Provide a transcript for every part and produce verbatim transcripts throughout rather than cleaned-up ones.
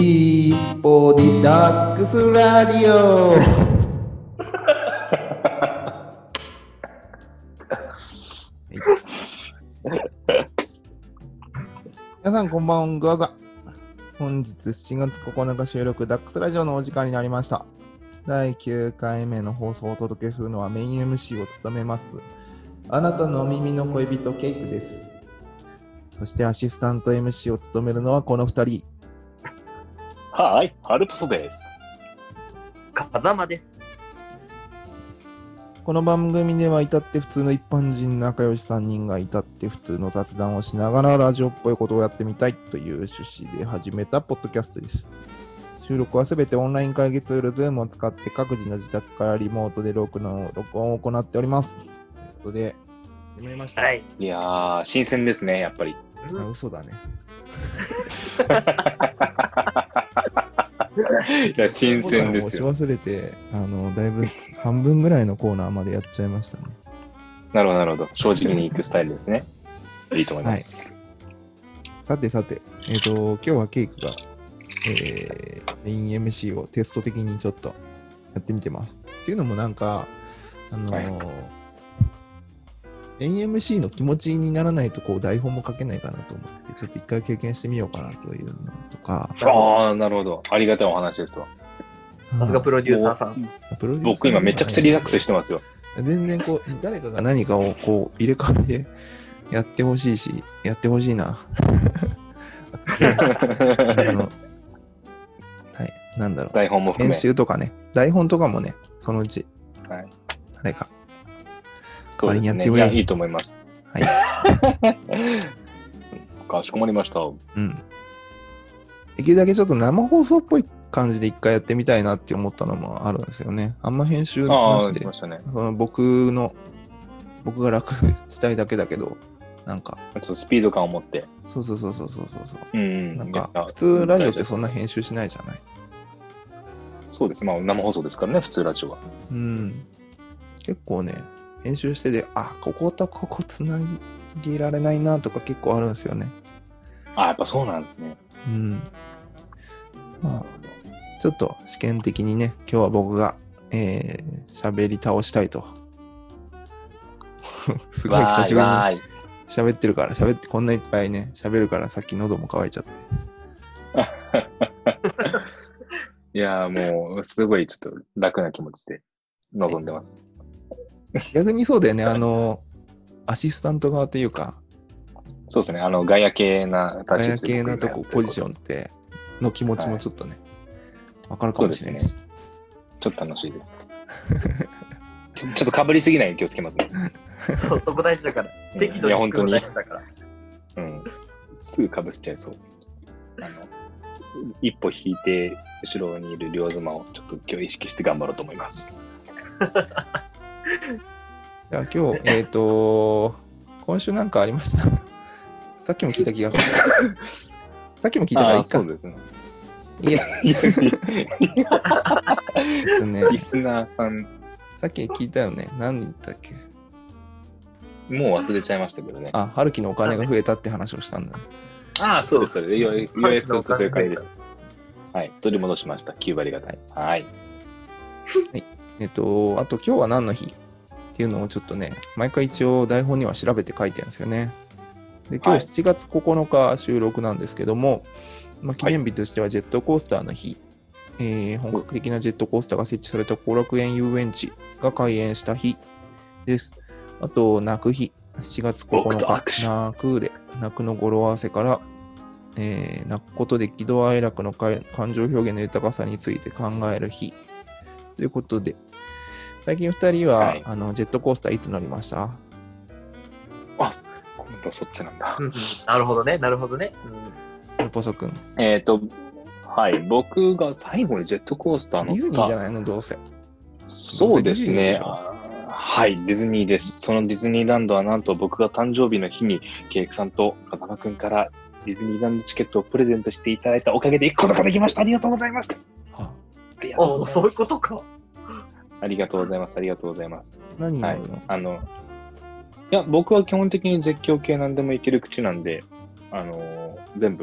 ヒッポディダックスラディオ皆さんこんばんは。本日しちがつここのか収録ダックスラジオのお時間になりました。だいきゅうかいめの放送をお届けするのはメイン エムシー を務めますあなたのお耳の恋人ケイクです。そしてアシスタント エムシー を務めるのはこのふたり。 はい、ハルプソです。 風間です。 この番組では至って普通の一般人仲良しさんにんが至って普通の雑談をしながらラジオっぽいことをやってみたいという趣旨で始めたポッドキャストです。収録はすべてオンライン会議ツール Zoom を使って各自の自宅からリモートで録音録音を行っております。ということで始めました。 はい。 いやー、新鮮ですね、やっぱり。 あ、嘘だね。 いや、新鮮ですよ。 押し忘れて、あの、だいぶ半分ぐらいのコーナーまでやっちゃいましたね。 なるほど、なるほど。正直に行くスタイルですね。いいと思います。 はい、さてさて、えっと、今日はケイクが、えー、メイン エムシー をテスト的にちょっとやってみてます。っていうのもなんか、あのーはい、メイン エムシー の気持ちにならないとこう台本も書けないかなと思ってちょっと一回経験してみようかなというのとか。 ああ、なるほど。ありがたいお話ですわ。 さすがプロデューサーさん。 僕今めちゃくちゃリラックスしてますよ。 全然こう誰かが何かをこう入れ替えてやってほしいしやってほしいな。あのはい、なんだろう。 台本も含め。 編集とかね、台本とかもね、そのうち、 はい、 誰か。 代わりにやってくれ。いや、いいと思います。 はい。 かしこまりました。 うん。できるだけちょっと生放送っぽい感じで一回やってみたいなって思ったのもあるんですよね。あんま編集なしで、 ああ、ね、 その僕の、僕が楽したいだけだけど、なんか。 ちょっとスピード感を持って。 そうそうそうそうそうそう。 うん。 なんか、普通ラジオってそんな編集しないじゃない。 そうです。まあ生放送ですからね、普通ラジオは。 うん。結構ね、編集してて、あ、こことここつなげられないなとか結構あるんですよね。 あ、やっぱそうなんですね。 うん。まあ、ちょっと試験的にね、今日は僕が、えー、喋り倒したいと。すごい久しぶりに喋ってるから、喋ってこんないっぱいね、喋るからさっき喉も渇いちゃって。 いやーもう、すごいちょっと楽な気持ちで臨んでます。 逆にそうだよね、あの、アシスタント側というか、 そうですね、あの、ガヤ系な立ち位置ガヤ系なとこ、ポジションっての気持ちもちょっとね、わ、はい、かるかもしれないし、ね。 ちょっと楽しいです。ちょ、ちょっと被りすぎないように気をつけますね。 そう、そこ大事だから。 うん、 適度に聞くの大事だから。 うん。すぐ被っちゃいそう。あの、一歩引いて、後ろにいる両妻をちょっと今日意識して頑張ろうと思います。 じゃあ今日、えっと、今週なんかありましたさっきも聞いた気がする。さっきも聞いたからいいか。 そうですね。 いや。えっとね、 リスナーさん。 さっき聞いたよね。何言ったっけ？ もう忘れちゃいましたけどね。 あ、春樹のお金が増えたって話をしたんだね。 ああ、そうです。それで、ようやくするとそういう感じです。はい。取り戻しました。きゅう割方。はい。はい。 えっと、あと今日は何の日っていうのをちょっとね、毎回一応台本には調べて書いてるんですよね。で、今日しちがつここのか収録なんですけども、はい、まあ、記念日としてはジェットコースターの日、はい、えー、本格的なジェットコースターが設置された後楽園遊園地が開園した日です。あと、泣く日、しがつここのか、泣くで、泣くの語呂合わせから、えー、泣くことで喜怒哀楽の感情表現の豊かさについて考える日ということで、最近ふたりは、はい、あのジェットコースターいつ乗りました？ あ、今度はそっちなんだ。 なるほどね、なるほどね。 うん、ポソ君。 えっと、はい、僕が最後にジェットコースター乗った。 ディズニーじゃないの、どうせ。 そうですね。はい、ディズニーです。そのディズニーランドはなんと僕が誕生日の日に、ケイクさんと風間君からディズニーランドチケットをプレゼントしていただいたおかげで行くことができました。ありがとうございます。はあ、 ありがとうございます。そういうことか。 ありがとうございます。ありがとうございます。 何やるの？ はい、あの、いや、僕は基本的に絶叫系なんでもいける口なんで、あのー、全部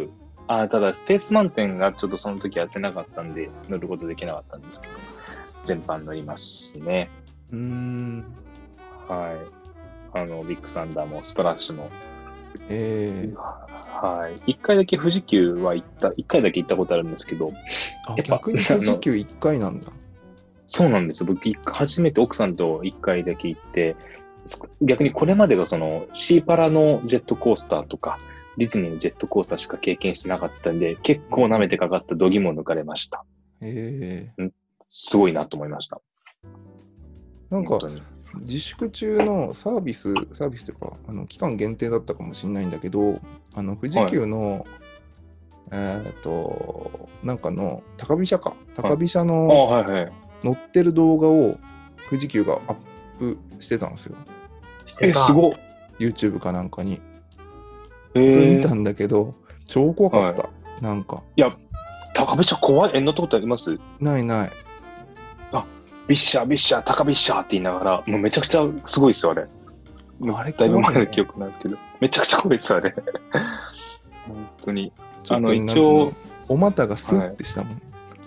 あただ、スペースマウンテンがちょっとその時やってなかったんで、乗ることできなかったんですけど、全般乗りますね。 うーん。 はい。あの、ビッグサンダーもスプラッシュも。 えー、 はい。一回だけ富士急は行った、一回だけ行ったことあるんですけど、 あ、 やっぱ逆に富士急いっかいなんだ。 そうなんですよ。僕、初めて奥さんと一回だけ行って、逆にこれまでがそのシーパラのジェットコースターとか、ディズニーのジェットコースターしか経験してなかったんで、結構舐めてかかった度肝を抜かれました。 えー、 すごいなと思いました。 なんか、自粛中のサービス、サービスというか、あの期間限定だったかもしれないんだけど、あの富士急の、はい、えっと、なんかの高飛車か、高飛車の乗ってる動画を富士急がアップしてたんですよ。 え、すごっ YouTube かなんかに。 えー、 それ見たんだけど、超怖かった。はい、なんか。 いや、高飛車怖い。え、乗ったことあります？ ないない。 あ、ビッシャービッシャー高飛車って言いながら、もうめちゃくちゃすごいですよ、あれ。あれだいぶ前の記憶なんですけど、めちゃくちゃ怖いですよ、あれ。本当に。 ちょっと、ね、あの、一応、お股がスッてしたもん。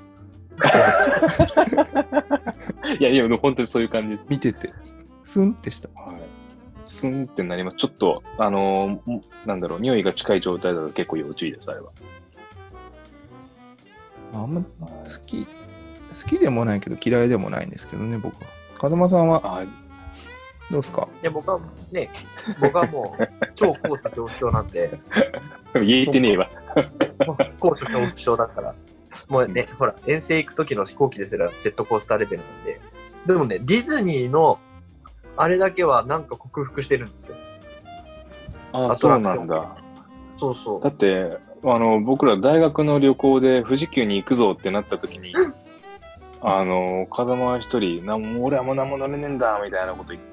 はい、いやいや、本当にそういう感じです。 見てて、スンってした。 はい、スンってなります。ちょっと、あのー、なんだろう、匂いが近い状態だと結構要注意です、あれは。 あんま好き、好きでもないけど嫌いでもないんですけどね、僕は。風間さんはどうですか？ いや、僕はね、僕はもう超高所恐怖症なんで。 言えてねえわ。 高所恐怖症だから。もうね、ほら、遠征行く時の飛行機ですらジェットコースターレベルなんで。でもね、ディズニーのあれだけはなんか克服してるんですよ。 ああ、そうなんだ。 そうそう。 だって、あの、僕ら大学の旅行で富士急に行くぞってなった時に、あの、風間は一人、なも俺はもう何も乗れねえんだ、みたいなこと言って、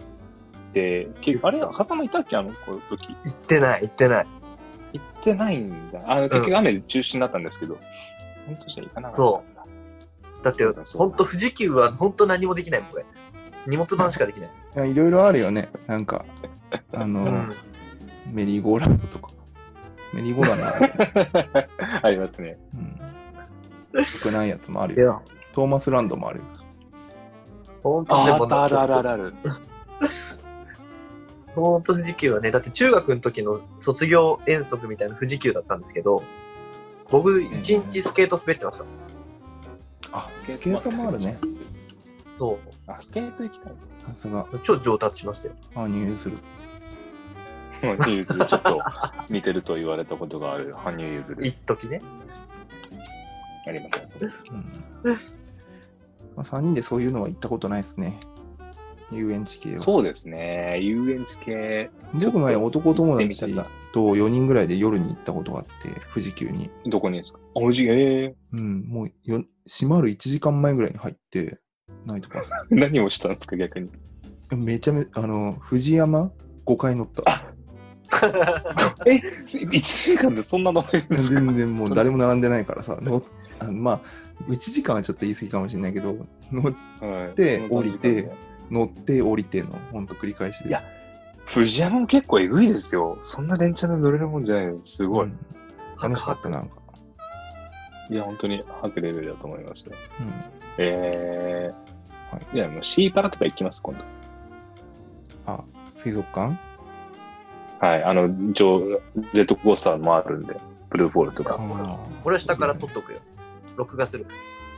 あれ風間いたっけあの時。 行ってない、行ってない。 行ってないんだ。あの、結局雨で中止になったんですけど、本当じゃ行かなかったんだ。 そう。だって、本当富士急は本当何もできないもん、これ。荷物番しかできない。 いや、いろいろあるよね。なんか、あの、うん、メリーゴーランドとか。メリーゴーランドあるありますね。 うん。少ないやつもあるよ。トーマスランドもあるよ。 本当でもあるあるあるある。 本当富士急はね、だって中学の時の卒業遠足みたいな富士急だったんですけど、僕一日スケート滑ってました。 あ、スケートもあるね。 そう。 あ、スケート行きたい。 さすが。 超上達しましたよ。 あ、入院する。 羽生結弦ちょっと似てると言われたことがある羽生結弦。 一時ね。 ありますね。 うんまあ、さんにんでそういうのは行ったことないですね。遊園地系は。 そうですね。遊園地系。 僕前男友達とよにんぐらいで夜に行ったことがあって、富士急に。 どこにですか？あ、富士急。ええー。うん、もうよ閉まるいちじかんまえぐらいに入って、ナイトパス。 何をしたんですか、逆に。 めちゃめちゃ、あの、富士山ごかい乗った。 え、いちじかんでそんな乗れるんですか？ 全然もう誰も並んでないからさ、のあのまあ、いちじかんはちょっと言い過ぎかもしれないけど、乗って、はい、降りて、乗って降りての、ほんと繰り返しで。 いや、富士山も結構えぐいですよ。そんな連チャンで乗れるもんじゃないの。すごい、うん。 楽しかった、なんか。 いや、本当に吐くレベルだと思いますよ。 うん、 えー、はい。いや、もうシーパラとか行きます、今度。 あ、水族館？ はい、あの、ジェットコースターもあるんで、ブルーフォールとか。 俺は下から撮っとくよ。録画する。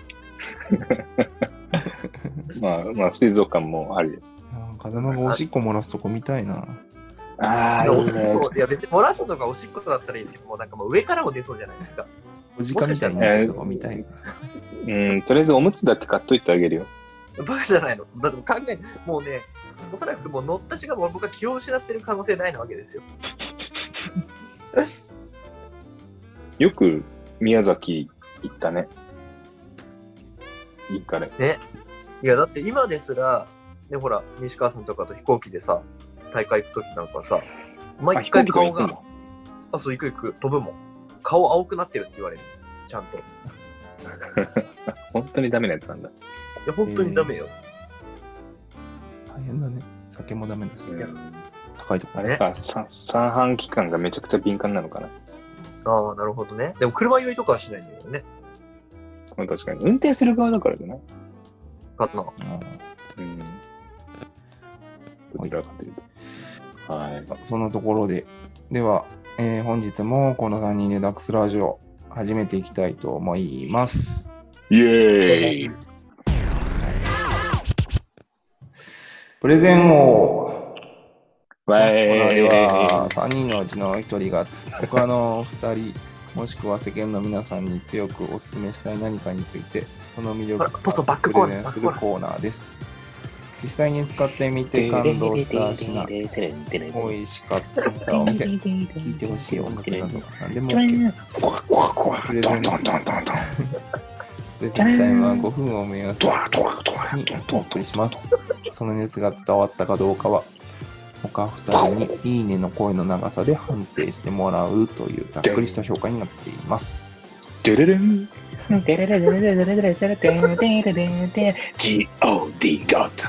まあ、まあ、水族館もありです。 風間がおしっこ漏らすとこ見たいな。 ああ、いいね。いや、別に漏らすのがおしっこだったらいいですけども、なんかもう上からも出そうじゃないですか。 おじかみたいなとこ見たい。 うん、とりあえずおむつだけ買っといてあげるよ。 バカじゃないの。だって考え、もうね、おそらくもう乗った瞬間も僕は気を失ってる可能性ないなわけですよ。 よく宮崎行ったね。いいかね。 ね。いや、だって今ですら、ね、ほら、西川さんとかと飛行機でさ、大会行くときなんかさ、毎回顔が、あ、そう、行く行く、飛ぶもん。顔青くなってるって言われる。ちゃんと。 本当にダメなやつなんだ。 いや、本当にダメよ。 えー、大変だね。酒もダメだし。 うん、 高いところ。あれか、三半規管がめちゃくちゃ敏感なのかな。 ああ、なるほどね。でも車酔いとかはしないんだよね。 まあ確かに。運転する側だからじゃないかな。 うん。どちらかというと。はい。 そのところで、では、えー本日もこのさんにんでダックスラジオ始めていきたいと思います。 イエーイ。 プレゼン王。 わこのーい。 はさんにんのうちのひとりが他のふたりもしくは世間の皆さんに強くお勧めしたい何かについてその魅力をプレゼンするコーナーです。実際に使ってみて感動した品、美味しかったお店、聞いてほしい音楽など何でも OK。 プレゼンプレゼンタイムはごふんを目安にお送りします。その熱が伝わったかどうかは他ふたりにいいねの声の長さで判定してもらうというざっくりした評価になっています。 デレレンデレレレレレレレレレレレレレレレレレジーオーディー ゴッド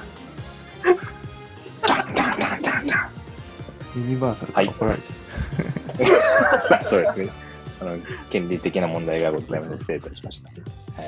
ダンダンダンダンダンユニバーサルから怒られちゃう。そうですね。あの権利的な問題がございまして失礼いたしました。はい。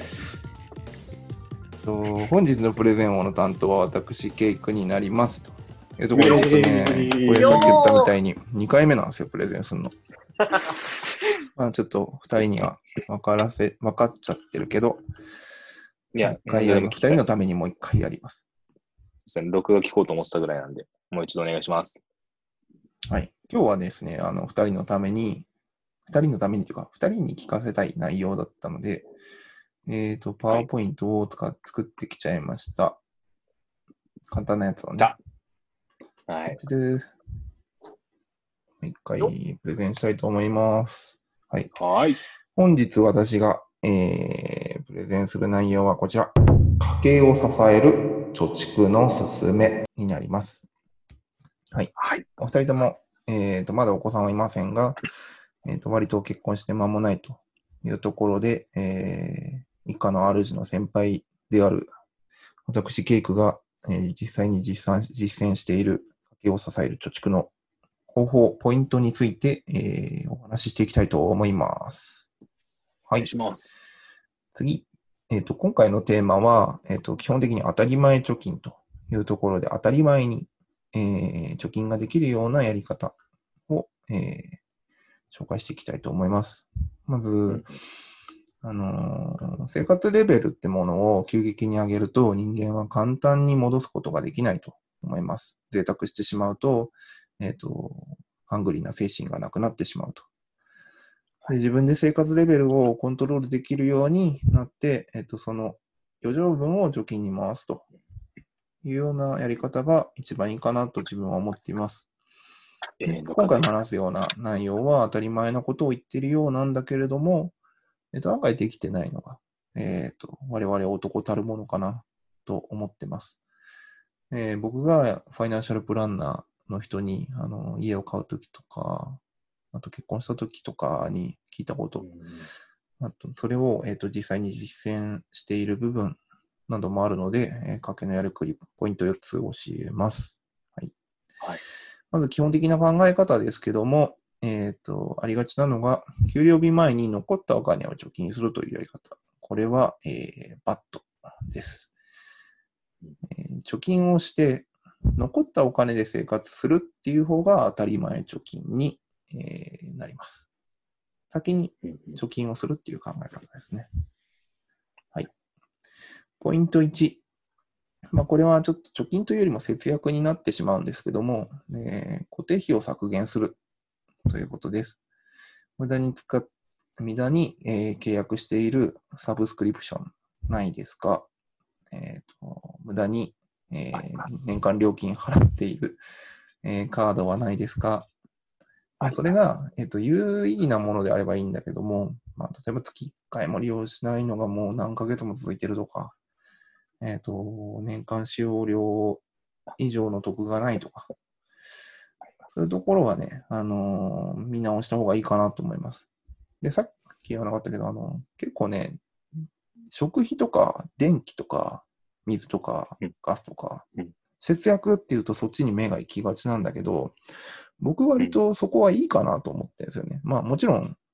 と本日のプレゼン王の担当は私ケイクになりますというところでちょっとね、これさっき言ったみたいににかいめなんですよ、プレゼンするの。まあちょっとふたりには分からせ分かっちゃってるけど、 いや、 いっかいやります。ふたりのためにもういっかいやります。 そうですね、録画聞こうと思ってたぐらいなんで、もう一度お願いします。 はい。今日はですね、あのふたりのために、ふたりのためにというか、ふたりに聞かせたい内容だったので、えっと、パワーポイントを使って作ってきちゃいました。簡単なやつをね。 はい。 一回プレゼンしたいと思います。はい。 はい。 本日私が、えー、プレゼンする内容はこちら。家計を支える貯蓄のすすめになります。はい。 はい、 お二人とも、えーと、まだお子さんはいませんが、えーと、割と結婚して間もないというところで、えー、一家の主の先輩である私、ケイクが、えー、実際に実践、実践している家計を支える貯蓄の方法、ポイントについて、えー、お話ししていきたいと思います。はい。お願いします。 次。えっと、今回のテーマは、えっと、基本的に当たり前貯金というところで、当たり前に、えー、貯金ができるようなやり方を、えー、紹介していきたいと思います。まず、うん、あのー、生活レベルってものを急激に上げると、人間は簡単に戻すことができないと思います。贅沢してしまうと、えっと、ハングリーな精神がなくなってしまうと。で自分で生活レベルをコントロールできるようになって、えっと、その余剰分を貯金に回すというようなやり方が一番いいかなと自分は思っています。で今回話すような内容は当たり前のことを言っているようなんだけれども、えっと、案外できてないのが、えっと、我々男たるものかなと思ってます。えー、僕がファイナンシャルプランナーの人にあの家を買うときとか、あと結婚したときとかに聞いたこと、うん、あとそれを、えーと、実際に実践している部分などもあるので、えー、家計のやりくりポイントよっつ教えます。はいはい、 まず基本的な考え方ですけども、えーと、ありがちなのが、給料日前に残ったお金を貯金するというやり方。これは、えー、バットです。えー、貯金をして残ったお金で生活するっていう方が当たり前貯金に、えー、なります。先に貯金をするっていう考え方ですね。はい。ポイントいち。まあ、これはちょっと貯金というよりも節約になってしまうんですけども、えー、固定費を削減するということです。無駄に使っ、無駄に、えー、契約しているサブスクリプションないですか？えーと、無駄に、えー、年間料金払っている、えー、カードはないですか？それが、えーと、有意義なものであればいいんだけども、まあ、例えば月いっかいも利用しないのがもう何ヶ月も続いているとか、えーと、年間使用料以上の得がないとか、そういうところはね、あのー、見直した方がいいかなと思います。で、さっき言わなかったけど、あの、結構ね、食費とか電気とか水とかガスとか、うん、節約っていうとそっちに目が行きがちなんだけど、僕割とそこはいいかなと思ってるんですよね。まあもちろん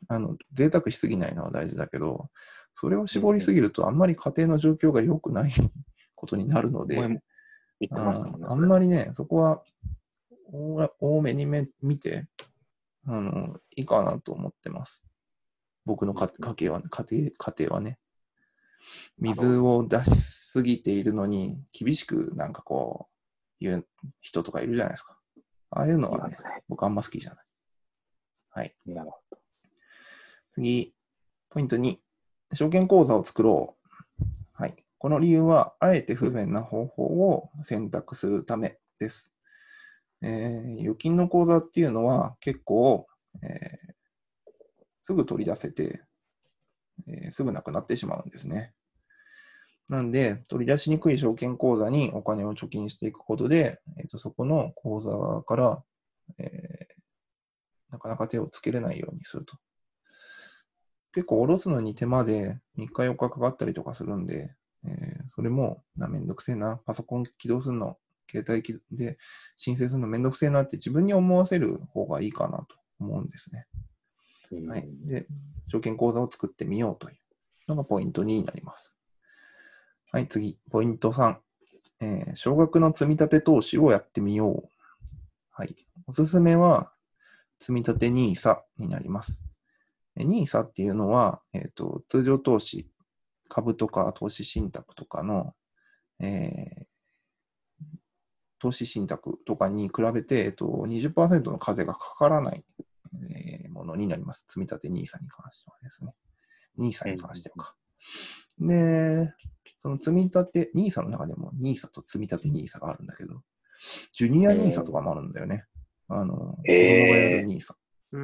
あの贅沢しすぎないのは大事だけど、それを絞りすぎるとあんまり家庭の状況が良くないことになるので、 前も言ってましたもんね。 ああんまりね、そこは多めにめ見て、あの、いいかなと思ってます。僕の家家計は、家庭、家庭はね。水を出しすぎているのに、厳しくなんかこう、言う人とかいるじゃないですか。ああいうのはね、 ね僕あんま好きじゃない。はい。 なるほど。 次、ポイントに、証券口座を作ろう。はい。この理由は、あえて不便な方法を選択するためです。えー、預金の口座っていうのは結構、えー、すぐ取り出せて、えー、すぐなくなってしまうんですね。なんで、取り出しにくい証券口座にお金を貯金していくことで、えーと、そこの口座から、えー、なかなか手をつけれないようにすると。結構下ろすのに手間でみっかよっかかかったりとかするんで、えー、それもめんどくせえな、パソコン起動するの、携帯で申請するのめんどくせえなって自分に思わせる方がいいかなと思うんですね。はい。で、証券口座を作ってみようというのがポイントになります。はい、次、ポイントさん。えー、少額の積み立て投資をやってみよう。はい。おすすめは、積み立て ニーサ になります。ニーサ っていうのは、えーと、通常投資、株とか投資信託とかの、えー、投資信託とかに比べて、えーと、にじゅっパーセント の課税がかからない、えー、ものになります。積み立て ニーサ に関してはですね。ニーサ に関してはか。うん、で、その積み立て、ニーサ の中でもニーサと積み立て ニーサ があるんだけど、ジュニア ニーサ とかもあるんだよね。あの、 えー、 子供がやる ニーサ。 うん。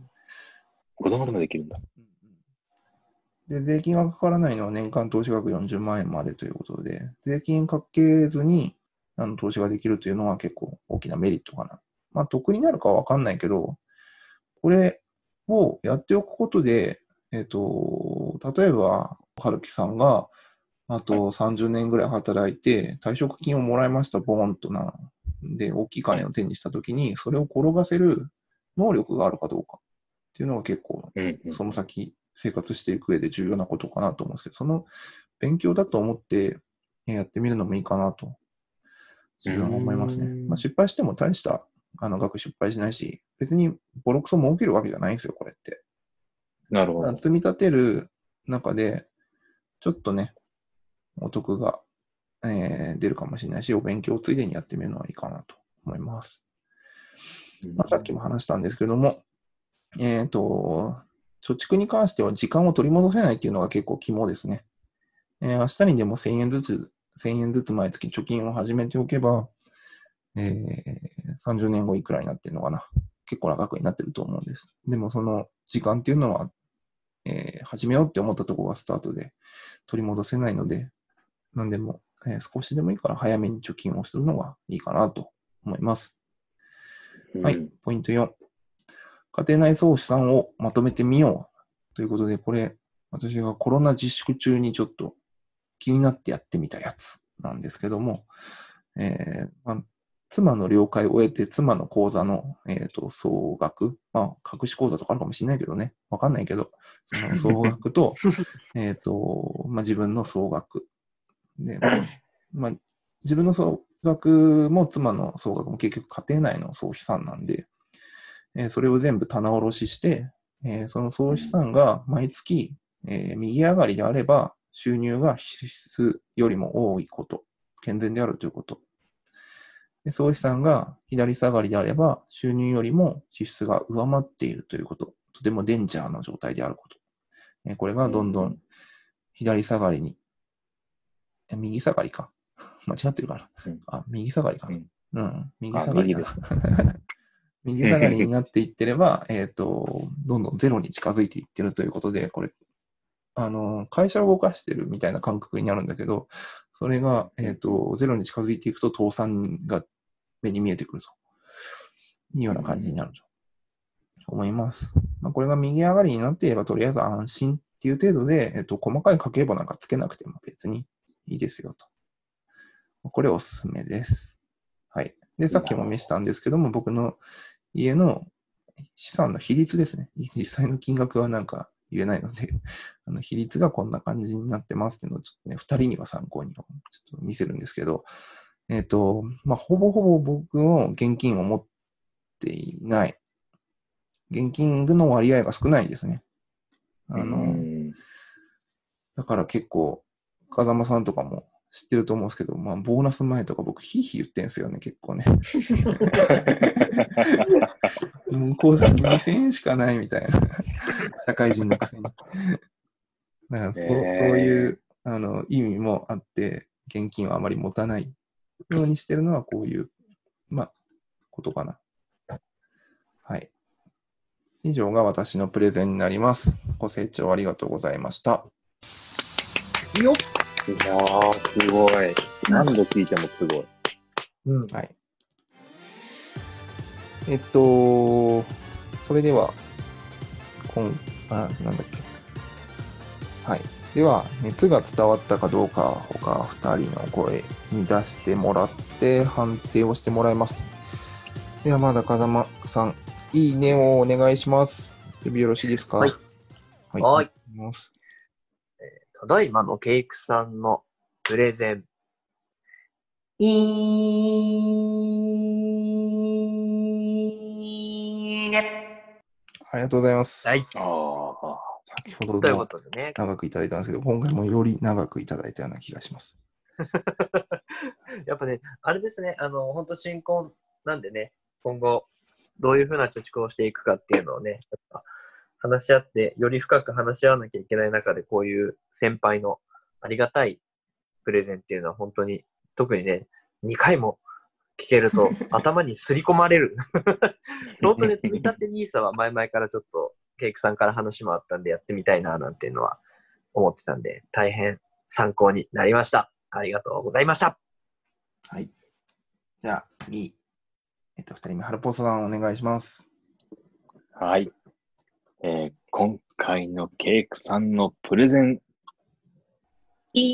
子供でもできるんだ。 で、税金がかからないのは年間投資額よんじゅうまんえんまでということで、税金かけずにあの投資ができるというのは結構大きなメリットかな。まあ、得になるかはわかんないけど、これをやっておくことで、えっと、例えば、春樹さんが、あとさんじゅうねんぐらい働いて、退職金をもらいました、ボーンとな。で、大きい金を手にしたときに、それを転がせる能力があるかどうかっていうのが結構、その先、生活していく上で重要なことかなと思うんですけど、その勉強だと思ってやってみるのもいいかなと、自分は思いますね。まあ、失敗しても大したあの額失敗しないし、別にボロクソ儲けるわけじゃないんですよ、これって。 なるほど。 積み立てる中で、ちょっとね、お得が、えー、出るかもしれないし、お勉強をついでにやってみるのはいいかなと思います。まあ、さっきも話したんですけども、えっと、貯蓄に関しては時間を取り戻せないっていうのが結構肝ですね。えー、明日にでもせんえんずつ、せんえんずつ毎月貯金を始めておけば、えー、さんじゅうねんごいくらいになってるのかな。結構な額になってると思うんです。でもその時間っていうのは、えー、始めようって思ったところがスタートで取り戻せないので、何でも、えー、少しでもいいから早めに貯金をするのがいいかなと思います。うん、はい、ポイントよん。家庭内総資産をまとめてみようということで、これ、私がコロナ自粛中にちょっと気になってやってみたやつなんですけども、えーまあ、妻の了解を得て、妻の口座の、えーと、総額、まあ、隠し口座とかあるかもしれないけどね、わかんないけど、その総額と、えっと、まあ、自分の総額で、まあ、自分の総額も妻の総額も結局家庭内の総資産なんで、えー、それを全部棚卸しして、えー、その総資産が毎月、えー、右上がりであれば、収入が支出よりも多いこと、健全であるということ。で総資産が左下がりであれば、収入よりも支出が上回っているということ。とてもデンジャーな状態であること。えー、これがどんどん左下がりに、え右下がりか。間違ってるかな。あ、右下がりかな。うん、右下がりだな。右下がりになっていってれば、えっと、どんどんゼロに近づいていってるということで、これ、あの、会社を動かしてるみたいな感覚になるんだけど、それが、えっと、ゼロに近づいていくと倒産が目に見えてくるというような感じになると思います。まあ、これが右上がりになっていれば、とりあえず安心っていう程度で、えっと、細かい家計簿なんかつけなくても別にいいですよと。これおすすめです。はい。で、さっきも見せたんですけども、僕の家の資産の比率ですね。実際の金額はなんか言えないので、あの比率がこんな感じになってますっていうのをちょっとね、ふたりには参考にちょっと見せるんですけど、えっと、まあ、ほぼほぼ僕も現金を持っていない。現金の割合が少ないですね。あの、だから結構、風間さんとかも知ってると思うんですけど、まあ、ボーナス前とか僕、ひいひい言ってんすよね、結構ね。もう口座ににせんえんしかないみたいな。社会人のくせに。だからそ、えー、そういうあの意味もあって、現金はあまり持たないようにしてるのは、こういう、まあ、ことかな。はい。以上が私のプレゼンになります。ご清聴ありがとうございました。 いいよ。 いやー、すごい。何度聞いてもすごい。 うん。はい。えっと、それでは、今、あ、なんだっけ。はい。では、熱が伝わったかどうか、他ふたりの声に出してもらって判定をしてもらいます。では、まだ風間さん、いいねをお願いします。準備よろしいですか？ はい。 はい。 はい。 はい、 えー、ただいまのケイクさんのプレゼン。いいね。 ありがとうございます。 はい。 あ先ほどもね、 長くいただいたんですけど、今回もより長くいただいたような気がします。 やっぱね、あれですね、あの、本当新婚なんでね、今後、どういうふうな貯蓄をしていくかっていうのをね、話し合って、より深く話し合わなきゃいけない中で、こういう先輩のありがたいプレゼンっていうのは本当に、特にね、にかいも聞けると頭にすり込まれる。本当に積み立てニーサは前々からちょっと、ケイクさんから話もあったんでやってみたいななんていうのは思ってたんで、大変参考になりました。ありがとうございました。 はい。じゃあ次。えっと、ふたりめ、ハルポソさんお願いします。 はい。えー、今回のケイクさんのプレゼン。い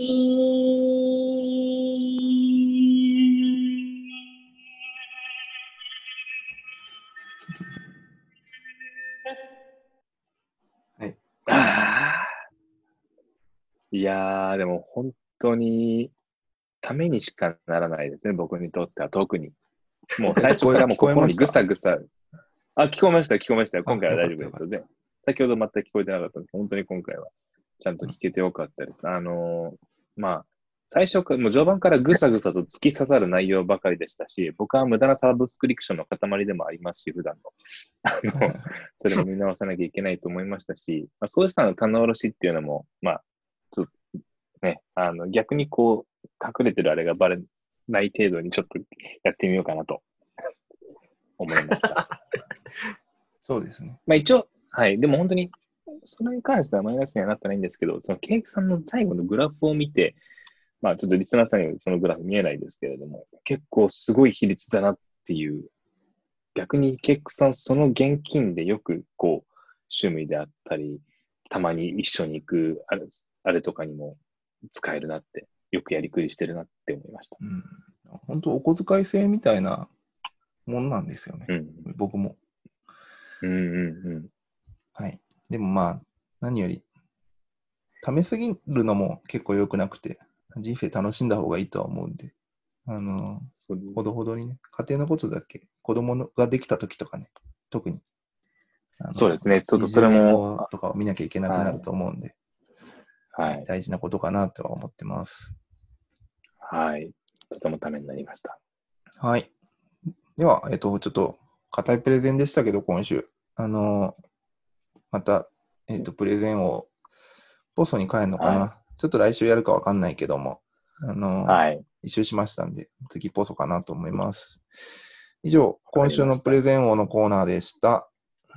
はい。 あいやー、でも本当にためにしかならないですね、僕にとっては特に。もう最初からもう心にぐさぐさ。あ、聞こえました、聞こえました。今回は大丈夫ですよね。先ほど全く聞こえてなかったんですけど、本当に今回はちゃんと聞けてよかったです。あのー、まあ、最初から、もう序盤からぐさぐさと突き刺さる内容ばかりでしたし、僕は無駄なサブスクリプションの塊でもありますし、普段の。あの、それも見直さなきゃいけないと思いましたし、まあ、そうしたの棚卸しっていうのも、まあ、ちょっとね、あの、逆にこう、隠れてるあれがバレない程度にちょっとやってみようかなと思いました。 そうですね。 まあ一応、はい。でも本当に、それに関してはマイナスにはなってないんですけど、そのケイクさんの最後のグラフを見て、まあちょっとリスナーさんにはそのグラフ見えないですけれども、結構すごい比率だなっていう、逆にケイクさんその現金でよくこう、趣味であったり、たまに一緒に行くあれ、あれとかにも使えるなって、よくやりくりしてるなって思いました。 うん、本当お小遣い制みたいなもんなんですよね。 うん、 僕も。 うんうんうん。 はい。でもまあ、何より、貯めすぎるのも結構良くなくて、人生楽しんだ方がいいとは思うんで、あの、ほどほどにね、家庭のことだけ、子供ができた時とかね、特に。 そうですね、ちょっとそれも。 とかを見なきゃいけなくなると思うんで、 はいはい、 大事なことかなとは思ってます。 はい。とてもためになりました。 はい。では、えっと、ちょっと、固いプレゼンでしたけど、今週。あの、また、えっと、プレゼンを、ポストに変えるのかな、はい、ちょっと来週やるかわかんないけども、あの、はい、一周しましたんで、次ポストかなと思います。以上、今週のプレゼン王のコーナーでした。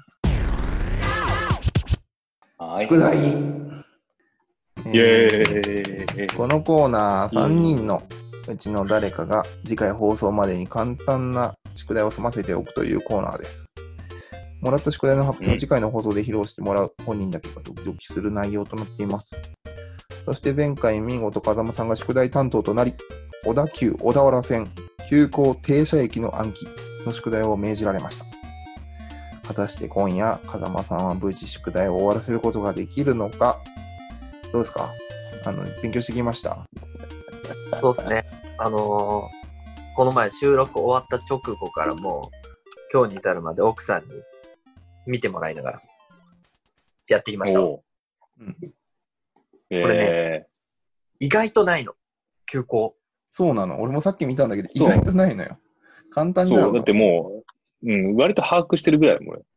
はい。 宿題。 イエーイ。 このコーナー、さんにんのうちの誰かが次回放送までに簡単な宿題を済ませておくというコーナーです。もらった宿題の発表を次回の放送で披露してもらう本人だけがドキドキする内容となっています。そして前回見事風間さんが宿題担当となり、小田急小田原線急行停車駅の暗記の宿題を命じられました。 果たして今夜、風間さんは無事宿題を終わらせることができるのか、どうですか？あの、勉強してきました？ そうですね。あのーこの前収録終わった直後からもう、今日に至るまで奥さんに見てもらいながら、やってきましたわ。 おうん、 これねえ意外とないの。休校。 そうなの。俺もさっき見たんだけど、意そう外とないのよ。簡ー、 単じゃんそう、だってもう、うん、割と把握してるぐらい、もう。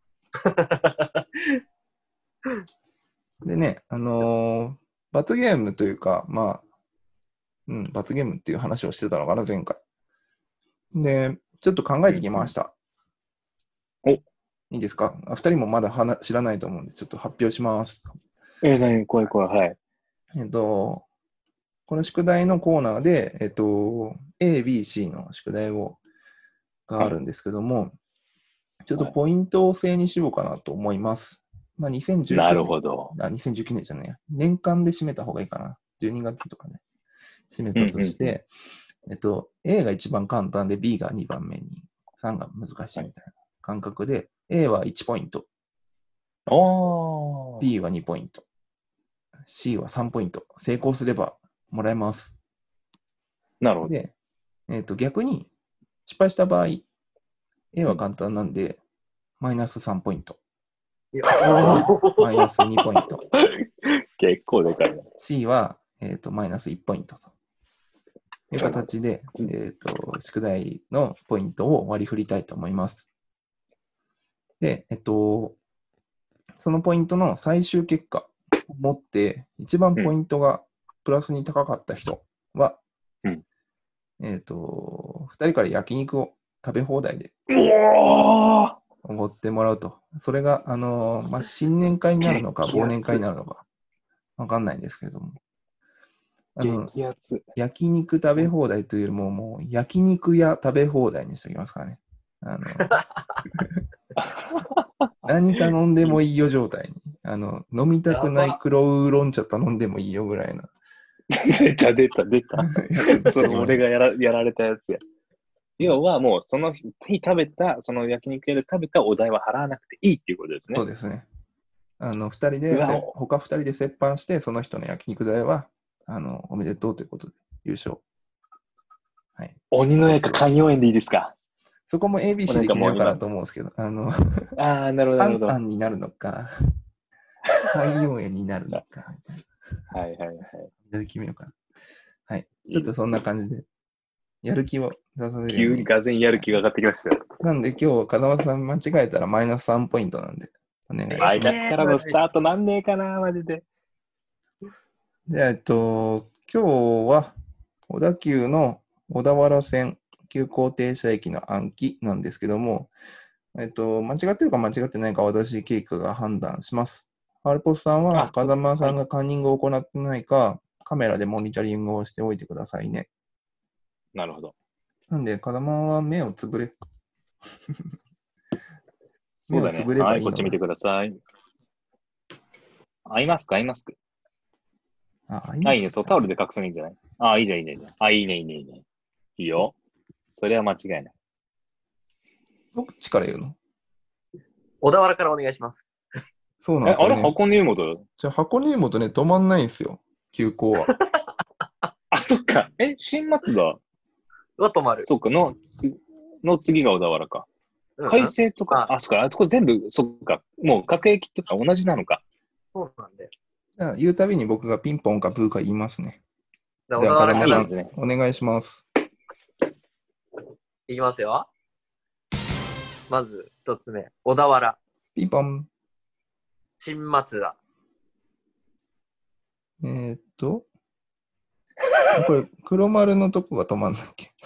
でね、あのー罰ゲームというか、まあ、うん、罰ゲームっていう話をしてたのかな、前回。で、ちょっと考えてきました。 うんうん、 いいですか？あ、二人もまだはな知らないと思うんで、ちょっと発表します。 えー、何怖い怖い、はい。 えっと、この宿題のコーナーで、えっと、A、B、C の宿題をがあるんですけども、ちょっとポイント制にしようかなと思います。まあ、2019 な年、 るほど。 あ、にせんじゅうきゅうねんじゃないや。年間で締めた方がいいかな。じゅうにがつとかね。締めたとして、 うんうんうん、 えっと、A が一番簡単で B がにばんめに、さんが難しいみたいな感覚で、A はいちポイント、 おー。 B はにポイント、C はさんポイント。成功すればもらえます。 なるほど。 で、えっと、逆に失敗した場合、A は簡単なんで、うん、マイナスさんポイント。マイナスにポイント。 結構でかいな。 C は、えーと、マイナスいちポイントという形で、えーと、宿題のポイントを割り振りたいと思います。で、えっと、そのポイントの最終結果を持って、一番ポイントがプラスに高かった人は、 うん、 えっと、ふたりから焼肉を食べ放題でおごってもらうと。それが、あのーまあ、新年会になるのか、忘年会になるのか、わかんないんですけれども。あの、焼肉食べ放題というよりも、もう焼肉屋食べ放題にしておきますからね。あの何頼んでもいいよ状態に。あの、飲みたくない黒ウーロン茶頼んでもいいよぐらいな。 出た出た出た。それ俺がやらやられたやつや。要はもうその日食べた、その焼肉屋で食べたお代は払わなくていいっていうことですね。 そうですね。あの、二人で、他二人で折半して、その人の焼肉代は、あの、おめでとうということで優勝。はい。 鬼の役寛容園でいいですか？ そこも エービーシー で決めようかなと思うんですけど、あの、 ああ、なるほど、なるほど。 アンアンになるのか、寛容園になるのか、みたいな。はいはいはい。 で決めようかな。はい。ちょっとそんな感じで、やる気を出させるように。 急にがぜんやる気が上がってきましたよ。 なんで今日、風間さん間違えたらマイナスさんポイントなんで、お願いします。 マイナスからのスタートなんねえかな、マジで。 じゃあ、えっと、今日は、小田急の小田原線急行停車駅の暗記なんですけども、えっと、間違ってるか間違ってないか私、ケイクが判断します。ハルポスさんは、風間さんがカンニングを行ってないか、はい、カメラでモニタリングをしておいてくださいね。 なるほど。 なんで、風間は目をつぶれ。 そうだね。はい、こっち見てください。アイマスク、アイマスク。あ、アイマスク。あ、いいね。そう、タオルで隠すのいいんじゃない？あ、いいじゃん、いいじゃん。あ、いいね、いいね、いいね。いいよ。それは間違いない。 どっちから言うの？ 小田原からお願いします。 そうなんですよ、ね。 あれ箱根湯本？ じゃあ箱根湯本ね、止まんないんですよ。急行は。 あ、そっか。え、新松田は止まる。 そっか、の、の次が小田原か。海星とか、あ、そっか、あそこ全部、そっか。もう各駅とか同じなのか。 そうなんで。 じゃあ言うたびに僕がピンポンかブーか言いますね。 じゃあ、小田原からいいですね。 お願いします。 いきますよ。まず一つ目、小田原。 ピンポン。 新松田。 えー、っと、これ、黒丸のとこが止まんなっけ？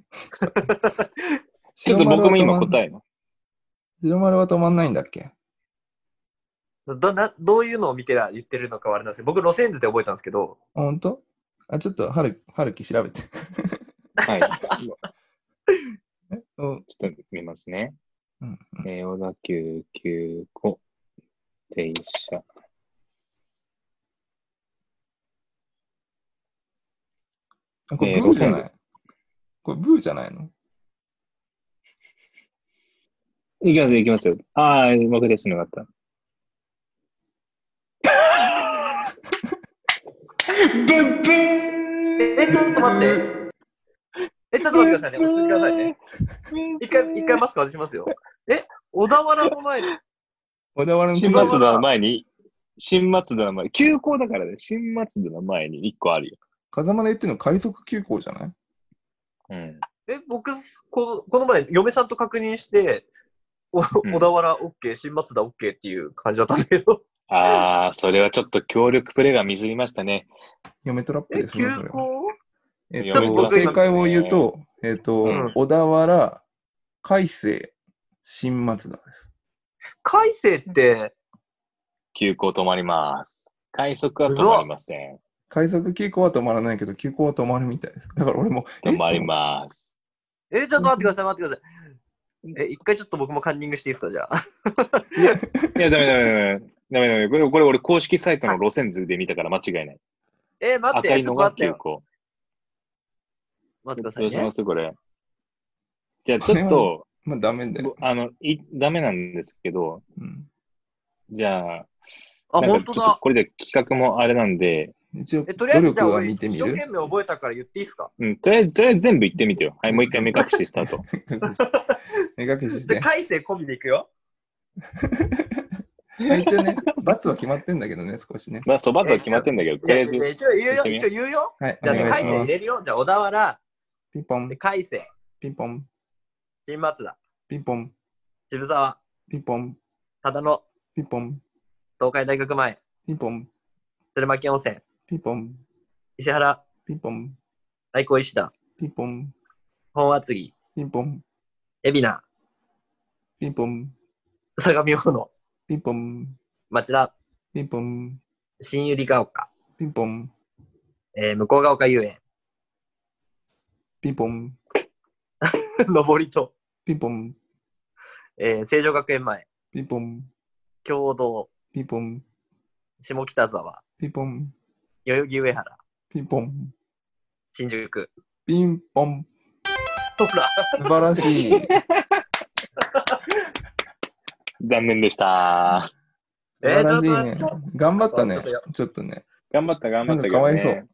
ちょっと僕も今答えの。 白丸は止まんないんだっけ？ ど, などういうのを見てら言ってるのかはあれなんですけど、僕路線図で覚えたんですけど。 ほんと？あ、ちょっと、はる、はるき調べて。 はい。ちょっと見ますね。うんうん、えー、小田急急行停車。 あ、これブーじゃない？これブーじゃないの？ いきますよ、いきますよ。ああ、うまくですね、よかった。ブッブーえ、ちょっと待って。え、ちょっと待ってくださいね。落ち着いてくださいね。一回、一回マスク外しますよ。え、小田原の前に。 小田原の新次松田の前に、新松田の前に、休校だからね、新松田の前に一個あるよ。 風間で言ってるの海賊急行じゃない？ うん。 え、僕、このこの前、嫁さんと確認して、おうん小田原 OK、新松田 OK っていう感じだったんだけど。 ああ、それはちょっと協力プレーがミスりましたね。 嫁トラップえ、 ですね、 休それは。 校えっ嫁と、 トラップ正解を言うと、えっと、 うん小田原、海星、新松田です。 海星って、 休校止まります。快速は止まりません。 海賊急行は止まらないけど、急行は止まるみたいです。だから俺も、 止まります。 え、ちょっと待ってください、待ってください。え、一回ちょっと僕もカンニングしていいですか、じゃあ。 いや、いや、ダメダメダメ。ダメダメ。これ、これ俺公式サイトの路線図で見たから間違いない。 え、待って、 赤いのがちょっと待ってよ。 急行。 待ってくださいねどうしま。すこれ。じゃあちょっと、 まあダメだよ。 あの、い、ダメなんですけど、 うん、 じゃあ、 あ、 なんかちょっと本当だ。 これで企画もあれなんで、 一応、 え、とりあ努えずじゃあ俺、 力は見てみ一生懸る？ 命覚えたから言っていいですか？ うん、とりあえず、とりあえず全部言ってみてよ。はい、もう一回目隠しスタート。 目隠ししで、 て。 海星込みでいくよ。 まあ一応ね、罰は決まってんだけどね、少しね。 まあ、そばずは決まってんだけど、とりあえずいやいや、一応言うよ、 言ってみよ一応言うよ。 はい、おじゃあ、 願いします海星入れ。るよ。じゃあ、小田原、 ピンポンで、、海星、 ピンポン、 新松田、 ピンポン、 渋沢、 ピンポン、 秦野、 ピンポン、 東海大学前、 ピンポン、 鶴巻温泉、 ピンポン、 伊勢原、 ピンポン、 大小石田、 ピンポン、 本厚木、 ピンポン、 海老名、 ピンポン、 相模大野、 ピンポン、 町田、 ピンポン、 新百合ヶ丘、 ピンポン、 えー、向ヶ丘遊園、 ピンポン、 上りと、 ピンポン、 えー、成城学園前、 ピンポン、 共同、 ピンポン、 下北沢、 ピンポン、 代々木上原、 ピンポン、 新宿。 ピンポン。 ほら。 素晴らしい。 残念でした。 素晴らしいね。頑張ったねちょっとよ。 ちょっとね。 頑張った、頑張ったけど、ね。 なんかかわいそう。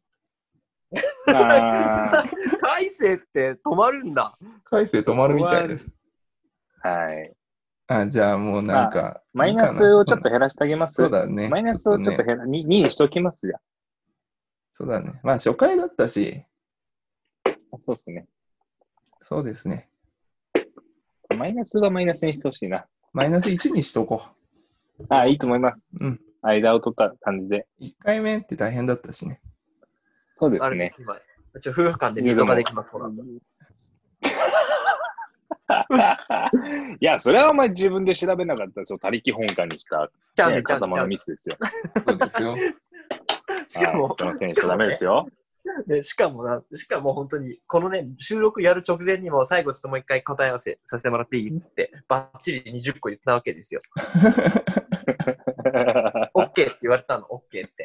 あ海星って止まるんだ。 海星止まるみたいです。 ーはい。 あ、じゃあもうなんか、 マイナスをちょっと減らしてあげます。 そうだね。 マイナスをちょっと減ら、に, ににしときますじゃん。 そうだね。まあ初回だったし。 そうですね。 そうですね。 マイナスはマイナスにしてほしいな。 マイナスいちにしとこう。ああ、いいと思います。 うん。 間を取った感じで。 いっかいめって大変だったしね。 そうですね。 ちょ夫婦間で溝ができます、ほら。 いや、それはお前自分で調べなかったですよ。他力本願にした、 ちゃうね、 ねちゃうね風間のミスですよ。 そうですよ。 しかも、 人のせいにしちゃダメですよ。 ね、しかもな、しかも本当に、このね、収録やる直前にも最後ちょっともう一回答え合わせさせてもらっていいっつって、バッチリにじゅっこ言ったわけですよ。オッケーって言われたの、オッケーって。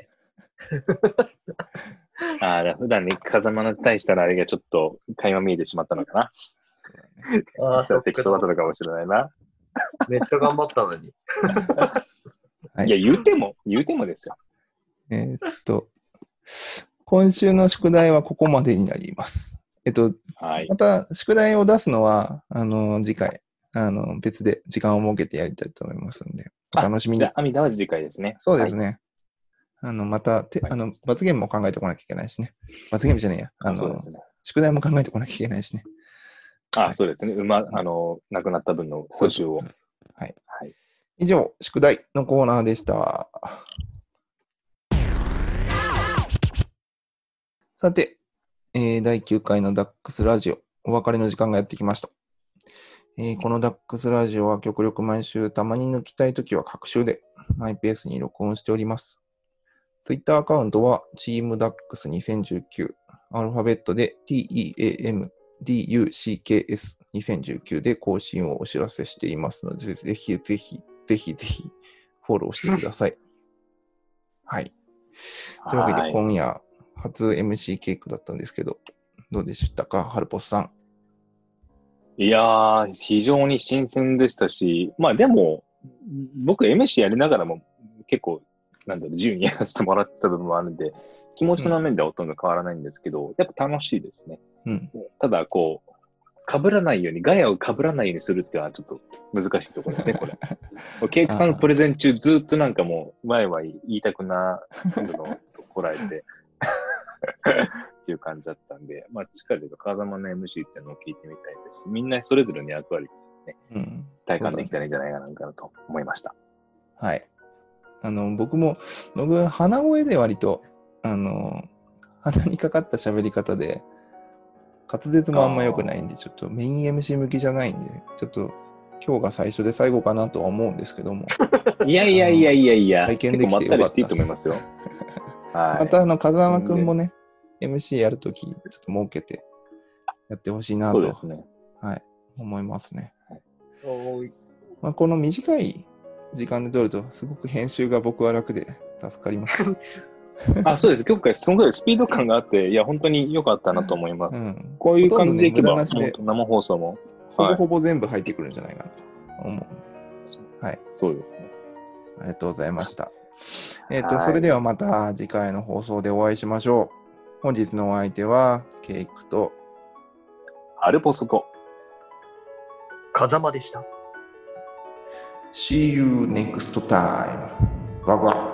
ああ、普段ね、風間に対したらあれがちょっと垣間見えてしまったのかな。 あ実は適当だったのかもしれないな。 めっちゃ頑張ったのに。 はい、 いや、言うても、言うてもですよ。 えー、っと、今週の宿題はここまでになります。えっと、 はい、 また宿題を出すのは、あの、次回、あの、別で時間を設けてやりたいと思いますので、お楽しみに。 じゃあ、阿弥陀は次回ですね。 そうですね。はい、あの、またて、あの、罰ゲームも考えてこなきゃいけないしね。罰ゲームじゃねえや。あの、ね、宿題も考えてこなきゃいけないしね。 あ、はい、そうですね。馬、あの、亡くなった分の補充を。 はい。 はい。 以上、宿題のコーナーでした。さて、えー、だいきゅうかいのダックスラジオ、お別れの時間がやってきました。えー、このダックスラジオは極力毎週、たまに抜きたいときは各週でマイペースに録音しております。Twitter アカウントは チームダックスにせんじゅうきゅう、アルファベットで ティーイーエーエムディーユーシーケーエスにせんじゅうきゅう で更新をお知らせしていますので、ぜひぜひ、ぜひぜひフォローしてください。はい。というわけで今夜、初 エムシー ケークだったんですけど、どうでしたか、ハルポスさん。 いやー、非常に新鮮でしたし、まあでも、僕 エムシー やりながらも結構、なんだろう、自由にやらせてもらってた部分もあるんで、気持ちの面ではほとんど変わらないんですけど、やっぱ楽しいですね。 うん。 ただ、こう、被らないように、ガヤを被らないようにするっていうのはちょっと難しいところですね、これ。ケイクさんのプレゼン中、ずっとなんかもう、ワイワイ言いたくなるのをちょっとこらえて、っていう感じだったんで、まあ、しっかりと風間の エムシー っていうのを聞いてみたいですし、みんなそれぞれの役割ね、 うん、 体感できたらいいんじゃないかなと思いました。 はい。あの、僕も、僕、鼻声で割と、あの、鼻にかかった喋り方で、滑舌もあんま良くないんで、ちょっとメイン エムシー 向きじゃないんで、ちょっと今日が最初で最後かなとは思うんですけども。 いやいやいやいやいや、 体験できてよかったです。 結構まったりしていいと思いますよ。 はい、また、あの、風間くんもね、エムシー やるとき、ちょっと設けてやってほしいなと、そうですね、はい、思いますね。はい、まあ、この短い時間で撮ると、すごく編集が僕は楽で助かります。 あ、そうです。今回すごいスピード感があって、いや、本当に良かったなと思います。うん、こういう感じでいけば、ね、生放送も。 ほぼほぼ全部入ってくるんじゃないかなと思うんで。はい。 そうですね。 ありがとうございました。えっと、それではまた次回の放送でお会いしましょう。本日のお相手は、ケイクと、 アルポソと、 風間でした。 See you next time. ガガ。